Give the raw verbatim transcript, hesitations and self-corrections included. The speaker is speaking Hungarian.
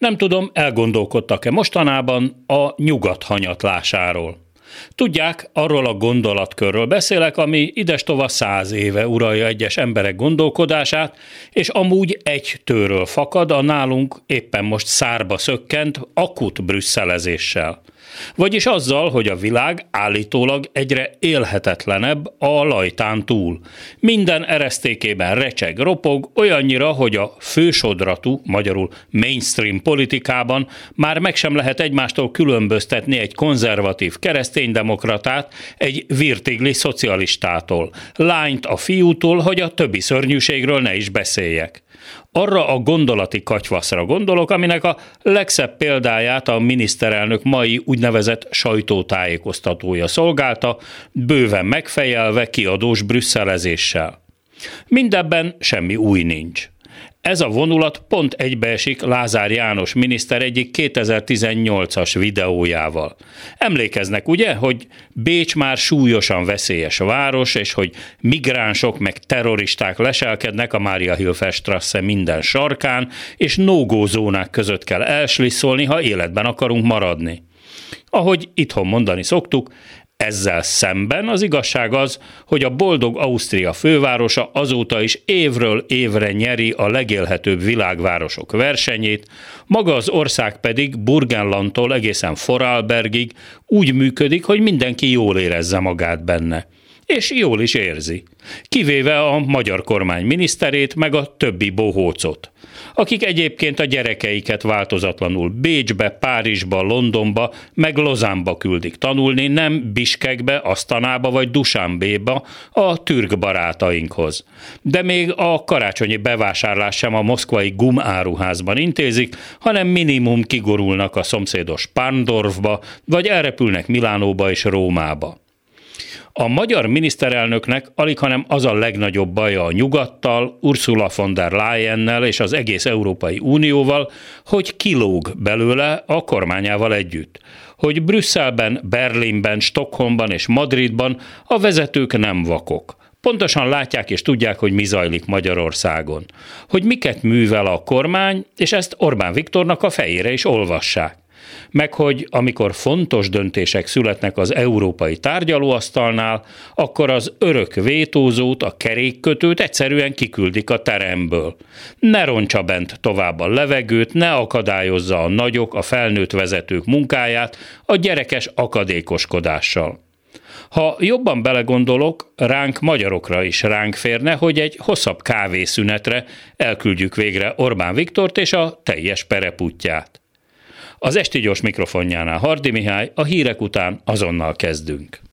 Nem tudom, elgondolkodtak-e mostanában a nyugat hanyatlásáról. Tudják, arról a gondolatkörről beszélek, ami idestova száz éve uralja egyes emberek gondolkodását, és amúgy egy tőről fakad a nálunk éppen most szárba szökkent akut brüsszelezéssel. Vagyis azzal, hogy a világ állítólag egyre élhetetlenebb a lajtán túl. Minden eresztékében recseg, ropog, olyannyira, hogy a fősodratú, magyarul mainstream politikában már meg sem lehet egymástól különböztetni egy konzervatív kereszténydemokratát egy virtigli szocialistától, lányt a fiútól, hogy a többi szörnyűségről ne is beszéljek. Arra a gondolati katyvaszra gondolok, aminek a legszebb példáját a miniszterelnök mai úgynevezett sajtótájékoztatója szolgálta, bőven megfejelve kiadós brüsszelezéssel. Mindebben semmi új nincs. Ez a vonulat pont egybeesik Lázár János miniszter egyik kétezer-tizennyolcas videójával. Emlékeznek ugye, hogy Bécs már súlyosan veszélyes város, és hogy migránsok meg terroristák leselkednek a Mariahilfer-Straße minden sarkán, és no-go zónák között kell elslisszolni, ha életben akarunk maradni. Ahogy itthon mondani szoktuk, ezzel szemben az igazság az, hogy a boldog Ausztria fővárosa azóta is évről évre nyeri a legélhetőbb világvárosok versenyét, maga az ország pedig Burgenlandtól egészen Vorarlbergig úgy működik, hogy mindenki jól érezze magát benne. És jól is érzi. Kivéve a magyar kormány miniszterét, meg a többi bohócot, akik egyébként a gyerekeiket változatlanul Bécsbe, Párizsba, Londonba, meg Lozánba küldik tanulni, nem Biskekbe, Asztanába vagy Dusánbéba a türk barátainkhoz. De még a karácsonyi bevásárlás sem a moszkvai gumáruházban intézik, hanem minimum kigorulnak a szomszédos Parndorfba, vagy elrepülnek Milánóba és Rómába. A magyar miniszterelnöknek alighanem az a legnagyobb baja a nyugattal, Ursula von der Leyennel és az egész Európai Unióval, hogy kilóg belőle a kormányával együtt. Hogy Brüsszelben, Berlinben, Stockholmban és Madridban a vezetők nem vakok. Pontosan látják és tudják, hogy mi zajlik Magyarországon. Hogy miket művel a kormány, és ezt Orbán Viktornak a fejére is olvassák. Meg hogy amikor fontos döntések születnek az európai tárgyalóasztalnál, akkor az örök vétózót, a kerékkötőt egyszerűen kiküldik a teremből. Ne rontsa bent tovább a levegőt, ne akadályozza a nagyok, a felnőtt vezetők munkáját a gyerekes akadékoskodással. Ha jobban belegondolok, ránk magyarokra is ránk férne, hogy egy hosszabb kávészünetre elküldjük végre Orbán Viktort és a teljes pereputtyát. Az Esti Gyors mikrofonjánál Hardy Mihály, a hírek után azonnal kezdünk.